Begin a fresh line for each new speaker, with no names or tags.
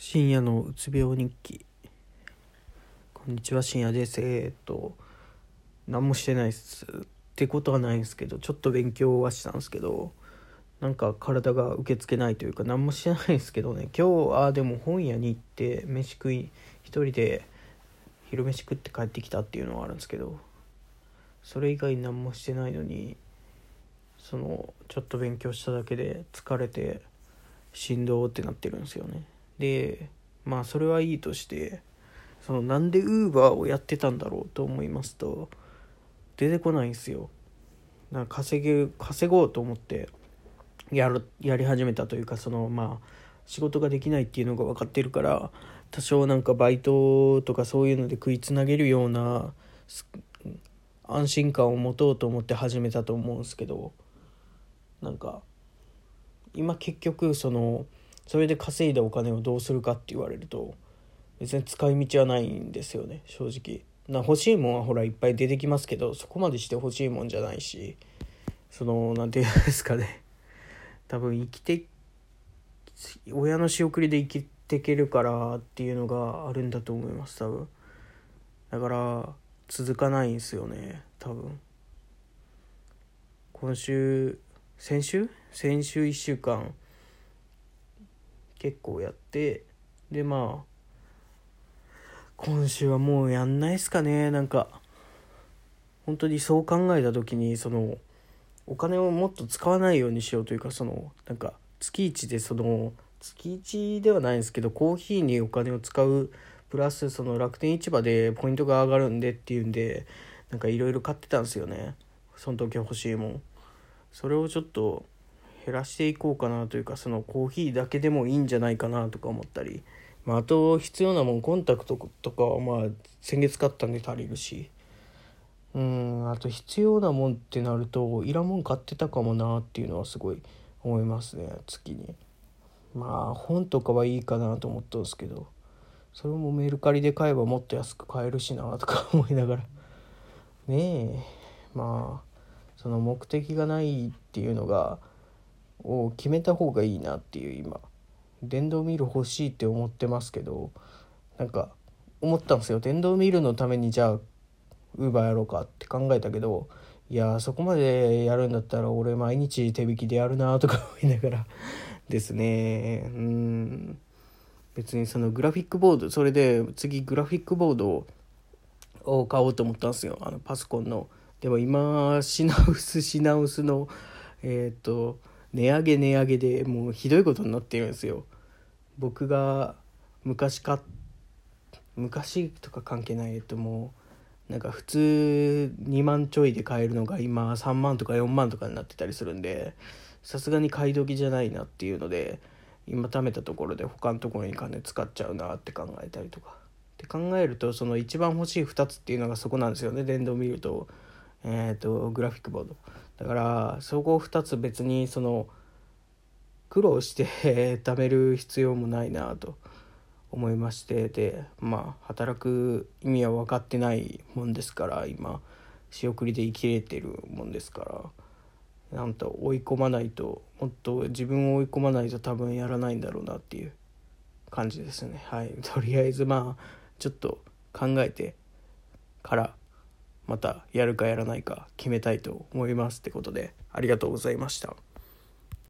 深夜のうつ病日記。こんにちは、深夜です。何もしてないっすってことはないんですけど、ちょっと勉強はしたんですけど、なんか体が受け付けないというか何もしてないんですけどね。今日はでも本屋に行って一人で昼飯食って帰ってきたっていうのはあるんですけど、それ以外何もしてないのに、ちょっと勉強しただけで疲れてしんどーってなってるんですよね。で、まあそれはいいとして、なんでウーバーをやってたんだろうと思いますと、出てこないんですよ。なんか稼ごうと思ってやり始めたというか、仕事ができないっていうのが分かってるから、多少なんかバイトとかそういうので食いつなげるような安心感を持とうと思って始めたと思うんですけど、なんか今結局それで稼いだお金をどうするかって言われると、別に使い道はないんですよね、正直。欲しいもんはほらいっぱい出てきますけど、そこまでして欲しいもんじゃないし、なんていうんですかね、多分親の仕送りで生きていけるからっていうのがあるんだと思います、多分。だから続かないんですよね、多分。先週1週間結構やって、で今週はもうやんないっすかね。なんか本当にそう考えた時に、お金をもっと使わないようにしようというか、なんか月一ではないんですけど、コーヒーにお金を使うプラス楽天市場でポイントが上がるんでっていうんで、なんかいろいろ買ってたんですよね、その時欲しいもん。それをちょっと減らしていこうかなというか、コーヒーだけでもいいんじゃないかなとか思ったり、あと必要なもん、コンタクトとかは先月買ったんで足りるし、あと必要なもんってなるといらんもん買ってたかもなっていうのはすごい思いますね、月に。本とかはいいかなと思ったんですけど、それもメルカリで買えばもっと安く買えるしなとか思いながらねえ。その目的がないっていうのを決めた方がいいなっていう、今電動ミル欲しいって思ってますけど、なんか思ったんですよ、電動ミルのためにじゃあウーバーやろうかって考えたけど、いやそこまでやるんだったら俺毎日手引きでやるなとか思いながらですね。別にグラフィックボード、それで次グラフィックボードを買おうと思ったんですよ、パソコンの。でも今品薄の値上げでもうひどいことになってるんですよ。僕が昔とか関係ない、もうなんか普通2万ちょいで買えるのが今3万とか4万とかになってたりするんで、さすがに買い時じゃないなっていうので、今貯めたところで他のところに金使っちゃうなって考えたりとかって考えると、一番欲しい2つっていうのがそこなんですよね、電動見るとグラフィックボードだから、そこ2つ別に苦労して貯める必要もないなと思いまして、で働く意味は分かってないもんですから、今仕送りで生きれてるもんですから、なんともっと自分を追い込まないと多分やらないんだろうなっていう感じですね。はい、とりあえずちょっと考えてからまたやるかやらないか決めたいと思いますってことで、ありがとうございました。